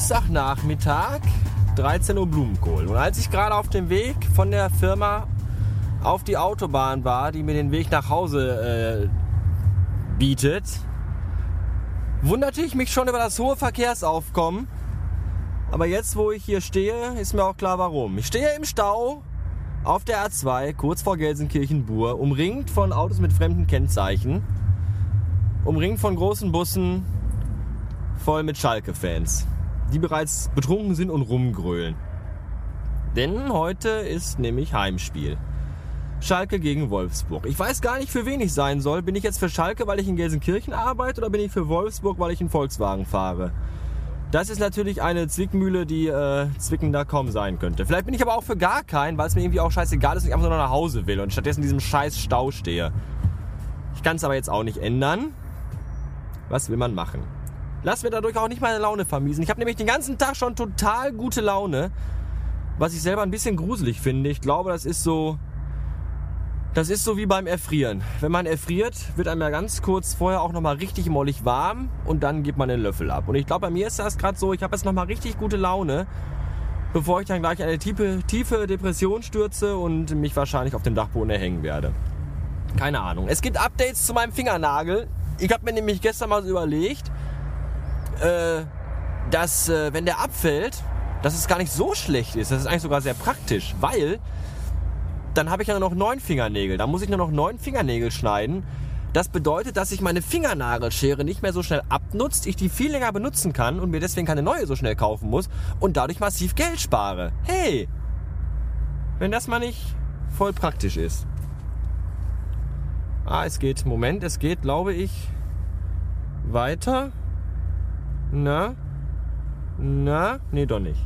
Dienstagnachmittag, 13 Uhr Blumenkohl. Und als ich gerade auf dem Weg von der Firma auf die Autobahn war, die mir den Weg nach Hause bietet, wunderte ich mich schon über das hohe Verkehrsaufkommen. Aber jetzt, wo ich hier stehe, ist mir auch klar, warum. Ich stehe im Stau auf der A2, kurz vor Gelsenkirchen-Bur, umringt von Autos mit fremden Kennzeichen, umringt von großen Bussen voll mit Schalke-Fans, die bereits betrunken sind und rumgrölen. Denn heute ist nämlich Heimspiel. Schalke gegen Wolfsburg. Ich weiß gar nicht, für wen ich sein soll. Bin ich jetzt für Schalke, weil ich in Gelsenkirchen arbeite, oder bin ich für Wolfsburg, weil ich einen Volkswagen fahre? Das ist natürlich eine Zwickmühle, die zwickender kaum sein könnte. Vielleicht bin ich aber auch für gar keinen, weil es mir irgendwie auch scheißegal ist und ich einfach nur nach Hause will und stattdessen in diesem scheiß Stau stehe. Ich kann es aber jetzt auch nicht ändern. Was will man machen? Lass mir dadurch auch nicht meine Laune vermiesen. Ich habe nämlich den ganzen Tag schon total gute Laune, was ich selber ein bisschen gruselig finde. Ich glaube, das ist so wie beim Erfrieren. Wenn man erfriert, wird einem ja ganz kurz vorher auch nochmal richtig mollig warm und dann gibt man den Löffel ab. Und ich glaube, bei mir ist das gerade so, ich habe jetzt nochmal richtig gute Laune, bevor ich dann gleich eine tiefe Depression stürze und mich wahrscheinlich auf dem Dachboden erhängen werde. Keine Ahnung. Es gibt Updates zu meinem Fingernagel. Ich habe mir nämlich gestern mal so überlegt, dass wenn der abfällt, dass es gar nicht so schlecht ist. Das ist eigentlich sogar sehr praktisch, weil dann habe ich ja nur noch 9 Fingernägel. Da muss ich nur noch 9 Fingernägel schneiden. Das bedeutet, dass sich meine Fingernagelschere nicht mehr so schnell abnutzt, ich die viel länger benutzen kann und mir deswegen keine neue so schnell kaufen muss und dadurch massiv Geld spare. Hey! Wenn das mal nicht voll praktisch ist. Es geht, glaube ich, weiter. Nee, doch nicht.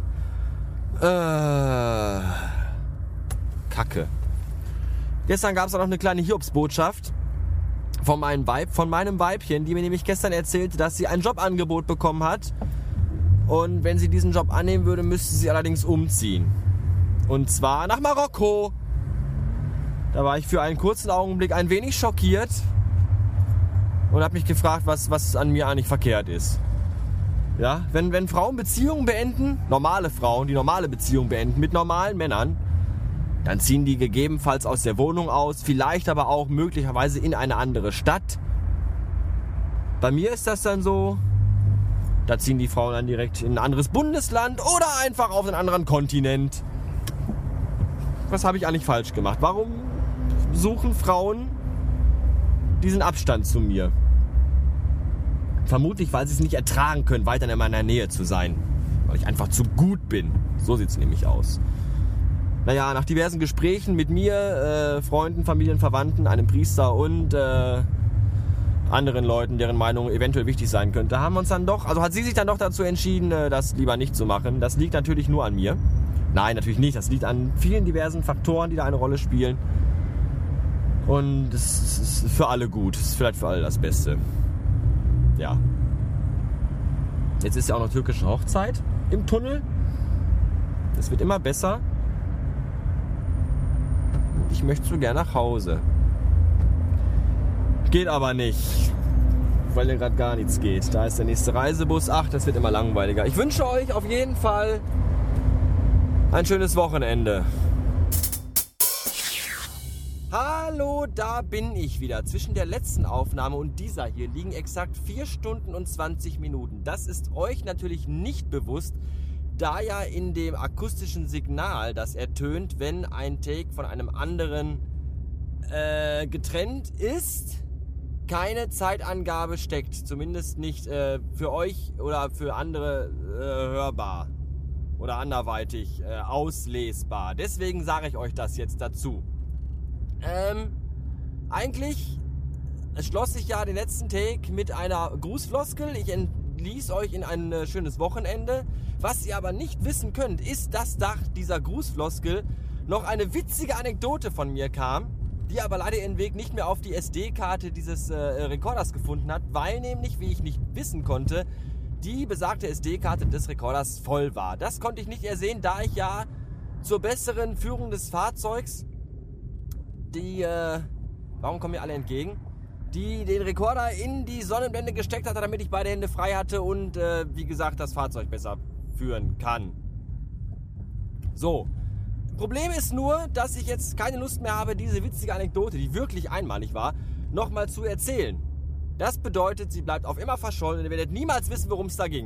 Kacke. Gestern gab es noch eine kleine Hiobsbotschaft von meinem Weibchen, die mir nämlich gestern erzählte, dass sie ein Jobangebot bekommen hat. Und wenn sie diesen Job annehmen würde, müsste sie allerdings umziehen. Und zwar nach Marokko. Da war ich für einen kurzen Augenblick ein wenig schockiert und habe mich gefragt, was an mir eigentlich verkehrt ist. Ja, wenn Frauen Beziehungen beenden, normale Frauen, die normale Beziehungen beenden mit normalen Männern, dann ziehen die gegebenenfalls aus der Wohnung aus, vielleicht aber auch möglicherweise in eine andere Stadt. Bei mir ist das dann so, da ziehen die Frauen dann direkt in ein anderes Bundesland oder einfach auf einen anderen Kontinent. Was habe ich eigentlich falsch gemacht? Warum suchen Frauen diesen Abstand zu mir? Vermutlich, weil sie es nicht ertragen können, weiter in meiner Nähe zu sein. Weil ich einfach zu gut bin. So sieht es nämlich aus. Naja, nach diversen Gesprächen mit mir, Freunden, Familien, Verwandten, einem Priester und anderen Leuten, deren Meinung eventuell wichtig sein könnte, hat sie sich dann doch dazu entschieden, das lieber nicht zu machen. Das liegt natürlich nur an mir. Nein, natürlich nicht. Das liegt an vielen diversen Faktoren, die da eine Rolle spielen. Und es ist für alle gut. Es ist vielleicht für alle das Beste. Ja. Jetzt ist ja auch noch türkische Hochzeit im Tunnel. Es wird immer besser. Ich möchte so gerne nach Hause. Geht aber nicht, weil hier gerade gar nichts geht. Da ist der nächste Reisebus. Das wird immer langweiliger. Ich wünsche euch auf jeden Fall ein schönes Wochenende. Hallo, da bin ich wieder. Zwischen der letzten Aufnahme und dieser hier liegen exakt 4 Stunden und 20 Minuten. Das ist euch natürlich nicht bewusst, da ja in dem akustischen Signal, das ertönt, wenn ein Take von einem anderen getrennt ist, keine Zeitangabe steckt. Zumindest nicht für euch oder für andere hörbar oder anderweitig auslesbar. Deswegen sage ich euch das jetzt dazu. Eigentlich schloss ich ja den letzten Take mit einer Grußfloskel. Ich entließ euch in ein schönes Wochenende. Was ihr aber nicht wissen könnt, ist, dass nach dieser Grußfloskel noch eine witzige Anekdote von mir kam, die aber leider ihren Weg nicht mehr auf die SD-Karte dieses Rekorders gefunden hat, weil nämlich, wie ich nicht wissen konnte, die besagte SD-Karte des Rekorders voll war. Das konnte ich nicht ersehen, da ich ja zur besseren Führung des Fahrzeugs warum kommen mir alle entgegen? Die den Rekorder in die Sonnenblende gesteckt hatte, damit ich beide Hände frei hatte und wie gesagt das Fahrzeug besser führen kann. So. Problem ist nur, dass ich jetzt keine Lust mehr habe, diese witzige Anekdote, die wirklich einmalig war, nochmal zu erzählen. Das bedeutet, sie bleibt auf immer verschollen und ihr werdet niemals wissen, worum es da ging.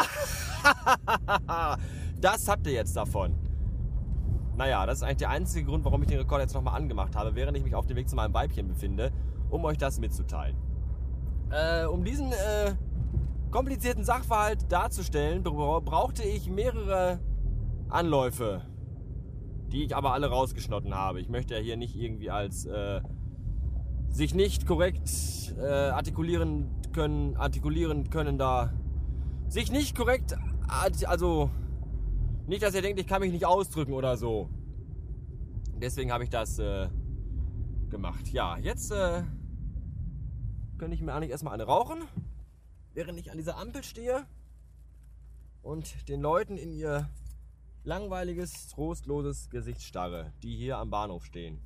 Das habt ihr jetzt davon. Naja, das ist eigentlich der einzige Grund, warum ich den Rekorder jetzt nochmal angemacht habe, während ich mich auf dem Weg zu meinem Weibchen befinde, um euch das mitzuteilen. Um diesen komplizierten Sachverhalt darzustellen, brauchte ich mehrere Anläufe, die ich aber alle rausgeschnitten habe. Ich möchte ja hier nicht irgendwie als sich nicht korrekt artikulieren können da. Sich nicht korrekt, also nicht, dass ihr denkt, ich kann mich nicht ausdrücken oder so. Deswegen habe ich das gemacht. Ja, jetzt könnte ich mir eigentlich erstmal eine rauchen, während ich an dieser Ampel stehe und den Leuten in ihr langweiliges, trostloses Gesicht starre, die hier am Bahnhof stehen.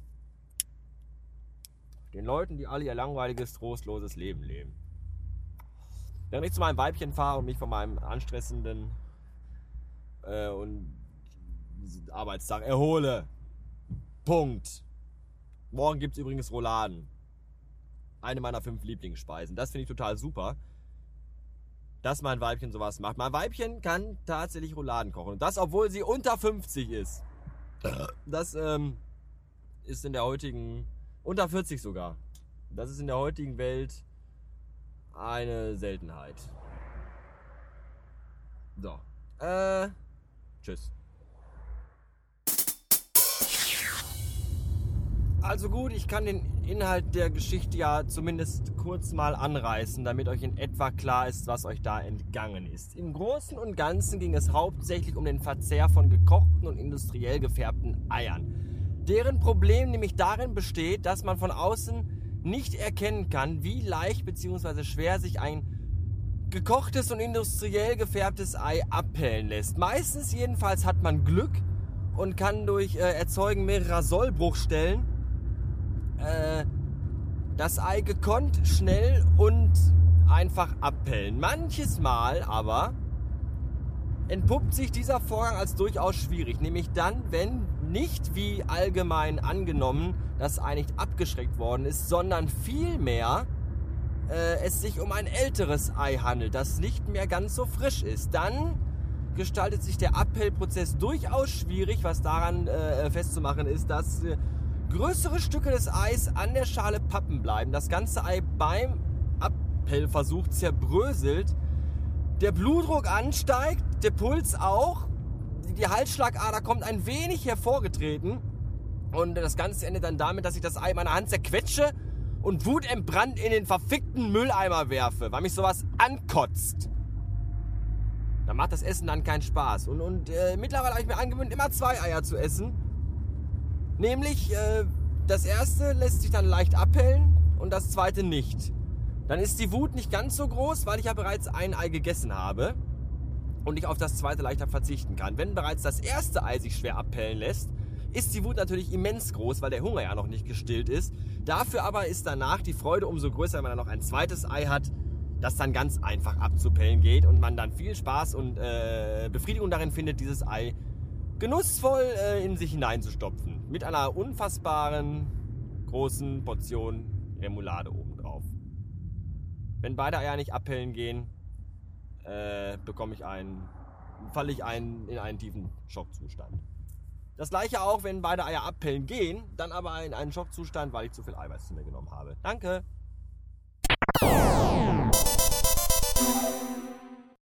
Den Leuten, die alle ihr langweiliges, trostloses Leben leben. Während ich zu meinem Weibchen fahre und mich von meinem anstressenden und Arbeitstag erhole. Punkt. Morgen gibt es übrigens Rouladen. Eine meiner 5 Lieblingsspeisen. Das finde ich total super, dass mein Weibchen sowas macht. Mein Weibchen kann tatsächlich Rouladen kochen. Und das, obwohl sie unter 50 ist. Das ist in der heutigen... Unter 40 sogar. Das ist in der heutigen Welt eine Seltenheit. So. Tschüss. Also gut, ich kann den Inhalt der Geschichte ja zumindest kurz mal anreißen, damit euch in etwa klar ist, was euch da entgangen ist. Im Großen und Ganzen ging es hauptsächlich um den Verzehr von gekochten und industriell gefärbten Eiern. Deren Problem nämlich darin besteht, dass man von außen nicht erkennen kann, wie leicht bzw. schwer sich ein gekochtes und industriell gefärbtes Ei abpellen lässt. Meistens jedenfalls hat man Glück und kann durch Erzeugen mehrerer Sollbruchstellen das Ei gekonnt, schnell und einfach abpellen. Manches Mal aber entpuppt sich dieser Vorgang als durchaus schwierig, nämlich dann, wenn nicht wie allgemein angenommen das Ei nicht abgeschreckt worden ist, sondern vielmehr es sich um ein älteres Ei handelt, das nicht mehr ganz so frisch ist. Dann gestaltet sich der Abpellprozess durchaus schwierig, was daran festzumachen ist, dass größere Stücke des Eis an der Schale pappen bleiben, das ganze Ei beim Abpellversuch zerbröselt, der Blutdruck ansteigt, der Puls auch, die Halsschlagader kommt ein wenig hervorgetreten und das Ganze endet dann damit, dass ich das Ei in meiner Hand zerquetsche und wutentbrannt in den verfickten Mülleimer werfe, weil mich sowas ankotzt. Da macht das Essen dann keinen Spaß. Und mittlerweile habe ich mir angewöhnt, immer 2 Eier zu essen. Nämlich, das erste lässt sich dann leicht abhellen und das zweite nicht. Dann ist die Wut nicht ganz so groß, weil ich ja bereits ein Ei gegessen habe und ich auf das zweite leichter verzichten kann. Wenn bereits das erste Ei sich schwer abpellen lässt, ist die Wut natürlich immens groß, weil der Hunger ja noch nicht gestillt ist. Dafür aber ist danach die Freude umso größer, wenn man dann noch ein zweites Ei hat, das dann ganz einfach abzupellen geht und man dann viel Spaß und Befriedigung darin findet, dieses Ei genussvoll in sich hineinzustopfen. Mit einer unfassbaren großen Portion Remoulade obendrauf. Wenn beide Eier nicht abpellen gehen, falle ich in einen tiefen Schockzustand. Das gleiche auch, wenn beide Eier abpellen gehen, dann aber in einen Schockzustand, weil ich zu viel Eiweiß zu mir genommen habe. Danke!